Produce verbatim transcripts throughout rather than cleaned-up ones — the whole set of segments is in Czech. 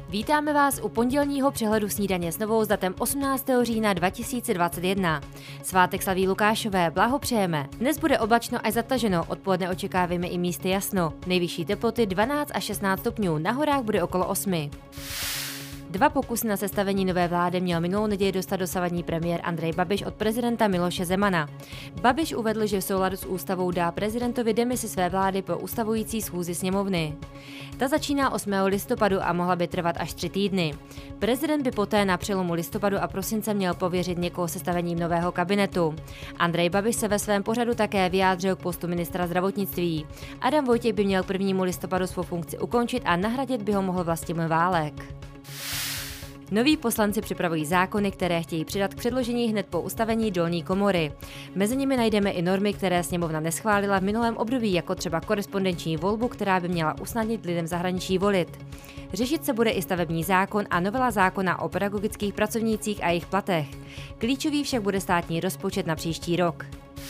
Vítáme vás u pondělního přehledu snídaně s Novou s datem osmnáctého října dva tisíce dvacet jedna. Svátek slaví Lukášové, blahopřejeme. Dnes bude oblačno až zataženo, odpoledne očekáváme i místy jasno. Nejvyšší teploty dvanáct až šestnáct stupňů, na horách bude okolo osmi. Dva pokusy na sestavení nové vlády měl minulou neděli dostat dosavadní premiér Andrej Babiš od prezidenta Miloše Zemana. Babiš uvedl, že v souladu s ústavou dá prezidentovi demisi své vlády po ustavující schůzi sněmovny. Ta začíná osmého listopadu a mohla by trvat až tři týdny. Prezident by poté na přelomu listopadu a prosince měl pověřit někoho sestavením nového kabinetu. Andrej Babiš se ve svém pořadu také vyjádřil k postu ministra zdravotnictví. Adam Vojtěch by měl k prvnímu listopadu svou funkci ukončit a nahradit by ho mohl Vlastimil Válek. Noví poslanci připravují zákony, které chtějí přidat k předložení hned po ustavení dolní komory. Mezi nimi najdeme i normy, které sněmovna neschválila v minulém období, jako třeba korespondenční volbu, která by měla usnadnit lidem zahraničí volit. Řešit se bude i stavební zákon a novela zákona o pedagogických pracovnících a jejich platech. Klíčový však bude státní rozpočet na příští rok.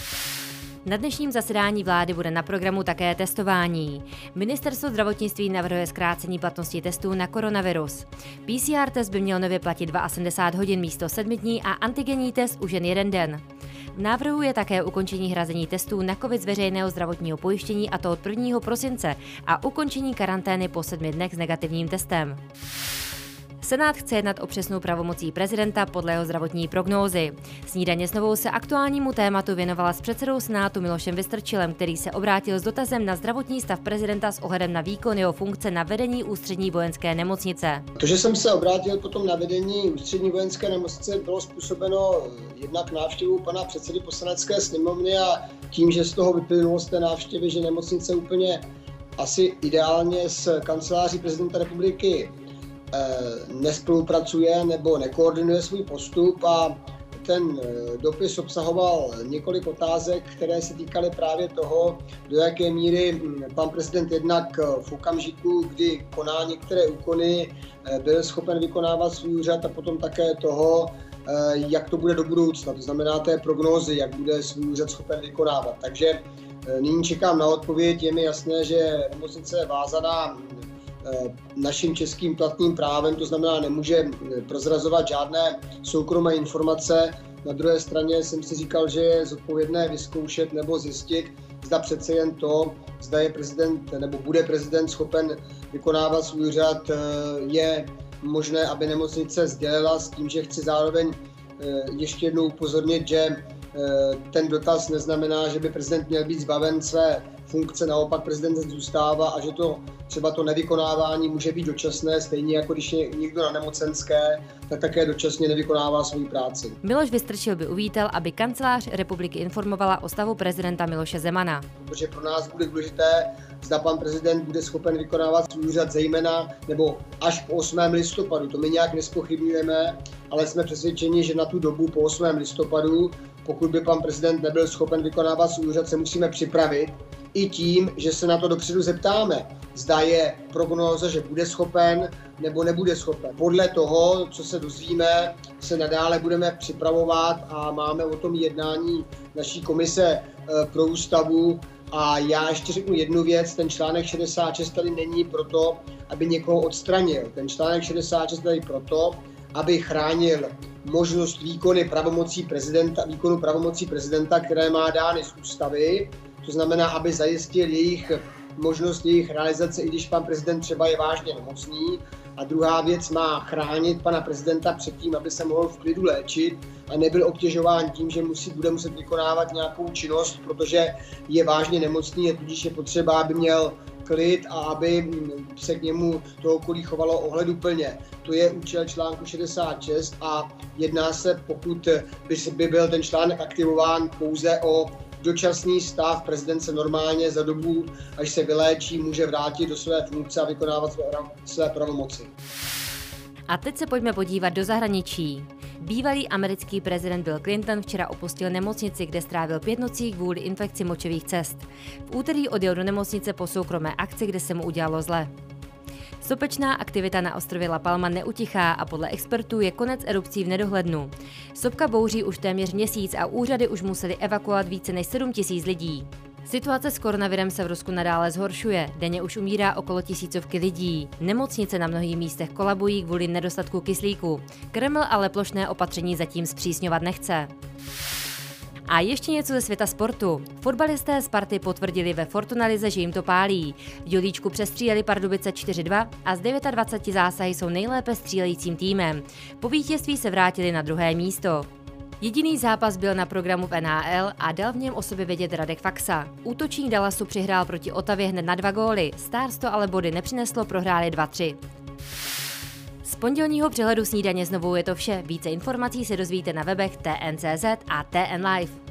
Na dnešním zasedání vlády bude na programu také testování. Ministerstvo zdravotnictví navrhuje zkrácení platnosti testů na koronavirus. P C R test by měl nově platit sedmdesát dva hodin místo sedmi dní a antigenní test už jen jeden den. V návrhu je také ukončení hrazení testů na COVID z veřejného zdravotního pojištění, a to od prvního prosince, a ukončení karantény po sedmi dnech s negativním testem. Senát chce jednat o přesnou pravomocí prezidenta podle jeho zdravotní prognózy. Snídaně s Novou se aktuálnímu tématu věnovala s předsedou Senátu Milošem Vystrčilem, který se obrátil s dotazem na zdravotní stav prezidenta s ohledem na výkon jeho funkce na vedení Ústřední vojenské nemocnice. To, že jsem se obrátil potom na vedení Ústřední vojenské nemocnice, bylo způsobeno jednak návštěvou pana předsedy Poslanecké sněmovny a tím, že z toho vyplynulo z té návštěvy, že nemocnice úplně asi ideálně s kanceláří prezidenta republiky nespolupracuje nebo nekoordinuje svůj postup, a ten dopis obsahoval několik otázek, které se týkaly právě toho, do jaké míry pan prezident jednak v okamžiku, kdy koná některé úkony, byl schopen vykonávat svůj úřad, a potom také toho, jak to bude do budoucna, to znamená té prognózy, jak bude svůj úřad schopen vykonávat. Takže nyní čekám na odpověď. Je mi jasné, že nemocnice je vázaná naším českým platným právem, to znamená, nemůže prozrazovat žádné soukromé informace. Na druhé straně jsem si říkal, že je zodpovědné vyzkoušet nebo zjistit, zda přece jen to, zda je prezident nebo bude prezident schopen vykonávat svůj úřad, je možné, aby nemocnice sdělila, s tím, že chci zároveň ještě jednou upozornit, že ten dotaz neznamená, že by prezident měl být zbaven své funkce, naopak prezident zůstává a že to třeba to nevykonávání může být dočasné, stejně jako když je někdo na nemocenské, tak také dočasně nevykonává svou práci. Miloš Vystrčil by uvítal, aby kancelář republiky informovala o stavu prezidenta Miloše Zemana. Protože pro nás bude důležité, zda pan prezident bude schopen vykonávat svůj úřad zejména nebo až po osmého listopadu. To my nějak nespochybňujeme, ale jsme přesvědčeni, že na tu dobu po osmého listopadu, pokud by pan prezident nebyl schopen vykonávat svůj úřad, se musíme připravit i tím, že se na to dopředu zeptáme, zda je prognóza, že bude schopen nebo nebude schopen. Podle toho, co se dozvíme, se nadále budeme připravovat a máme o tom jednání naší komise pro ústavu. A já ještě řeknu jednu věc, ten článek šedesát šest tady není proto, aby někoho odstranil. Ten článek šedesát šest tady proto, aby chránil možnost výkony pravomocí prezidenta, výkonu pravomocí prezidenta, které má dány z ústavy. To znamená, aby zajistil jejich možnost jejich realizace, i když pan prezident třeba je vážně nemocný. A druhá věc, má chránit pana prezidenta před tím, aby se mohl v klidu léčit a nebyl obtěžován tím, že musí, bude muset vykonávat nějakou činnost, protože je vážně nemocný, a tudíž je potřeba, aby měl klid a aby se k němu to okolí chovalo ohleduplně. To je účel článku šedesát šest a jedná se, pokud by byl ten článek aktivován, pouze o dočasný stav. Prezident se normálně za dobu, až se vyléčí, může vrátit do své funkce a vykonávat své, své pravomoci. A teď se pojďme podívat do zahraničí. Bývalý americký prezident Bill Clinton včera opustil nemocnici, kde strávil pět nocí kvůli infekci močových cest. V úterý odjel do nemocnice po soukromé akci, kde se mu udělalo zle. Sopečná aktivita na ostrově La Palma neutichá a podle expertů je konec erupcí v nedohlednu. Sopka bouří už téměř měsíc a úřady už museli evakuovat více než sedm tisíc lidí. Situace s koronavirem se v Rusku nadále zhoršuje. Denně už umírá okolo tisícovky lidí. Nemocnice na mnohých místech kolabují kvůli nedostatku kyslíku. Kreml ale plošné opatření zatím zpřísňovat nechce. A ještě něco ze světa sportu. Fotbalisté Sparty potvrdili ve Fortunalize, že jim to pálí. V Dělíčku přestříleli Pardubice čtyři dva a z dvaceti devíti zásahy jsou nejlépe střílejícím týmem. Po vítězství se vrátili na druhé místo. Jediný zápas byl na programu v N H L a dal v něm o sobě vědět Radek Faksa. Útočník Dallasu přihrál proti Ottawě hned na dva góly, Stars to ale body nepřineslo, prohráli dva tři. Z pondělního přehledu Snídaně znovu je to vše. Více informací se dozvíte na webech T N C Z a T N Live.